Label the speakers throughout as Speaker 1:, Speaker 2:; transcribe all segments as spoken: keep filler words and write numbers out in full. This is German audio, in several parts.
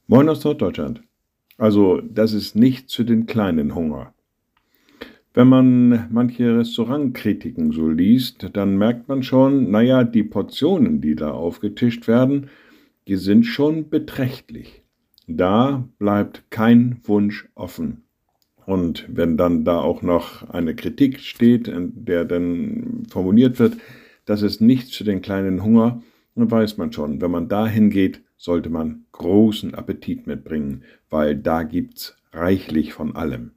Speaker 1: Moin aus Norddeutschland. Also, das ist nicht für den kleinen Hunger. Wenn man manche Restaurantkritiken so liest, dann merkt man schon, naja, die Portionen, die da aufgetischt werden, die sind schon beträchtlich. Da bleibt kein Wunsch offen. Und wenn dann da auch noch eine Kritik steht, in der dann formuliert wird, das ist nichts für den kleinen Hunger, dann weiß man schon, wenn man dahin geht, sollte man großen Appetit mitbringen, weil da gibt's reichlich von allem.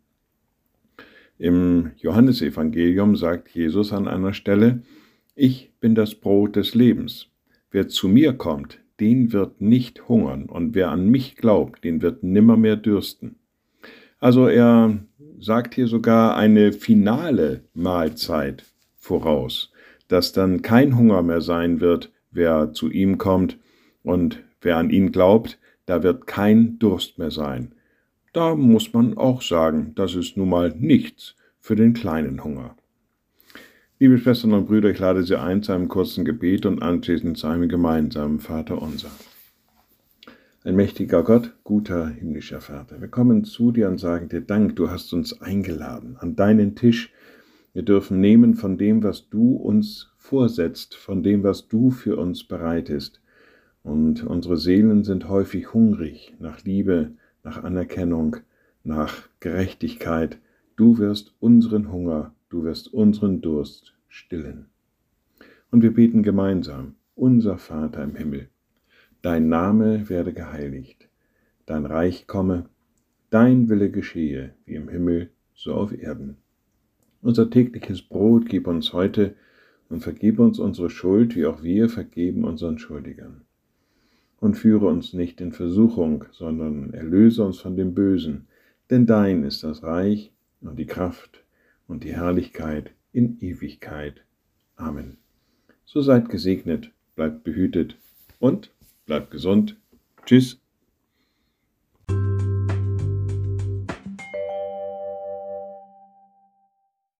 Speaker 1: Im Johannesevangelium sagt Jesus an einer Stelle, ich bin das Brot des Lebens. Wer zu mir kommt, den wird nicht hungern, und wer an mich glaubt, den wird nimmermehr dürsten. Also er sagt hier sogar eine finale Mahlzeit voraus, dass dann kein Hunger mehr sein wird, wer zu ihm kommt, und wer an ihn glaubt, da wird kein Durst mehr sein. Da muss man auch sagen, das ist nun mal nichts für den kleinen Hunger. Liebe Schwestern und Brüder, ich lade Sie ein zu einem kurzen Gebet und anschließend zu einem gemeinsamen Vaterunser. Ein mächtiger Gott, guter himmlischer Vater, wir kommen zu dir und sagen dir Dank, du hast uns eingeladen an deinen Tisch. Wir dürfen nehmen von dem, was du uns vorsetzt, von dem, was du für uns bereitest. Und unsere Seelen sind häufig hungrig nach Liebe, nach Anerkennung, nach Gerechtigkeit. Du wirst unseren Hunger, du wirst unseren Durst stillen. Und wir beten gemeinsam, unser Vater im Himmel, dein Name werde geheiligt, dein Reich komme, dein Wille geschehe, wie im Himmel, so auf Erden. Unser tägliches Brot gib uns heute und vergib uns unsere Schuld, wie auch wir vergeben unseren Schuldigern. Und führe uns nicht in Versuchung, sondern erlöse uns von dem Bösen, denn dein ist das Reich und die Kraft und die Herrlichkeit in Ewigkeit. Amen. So seid gesegnet, bleibt behütet und bleibt gesund. Tschüss.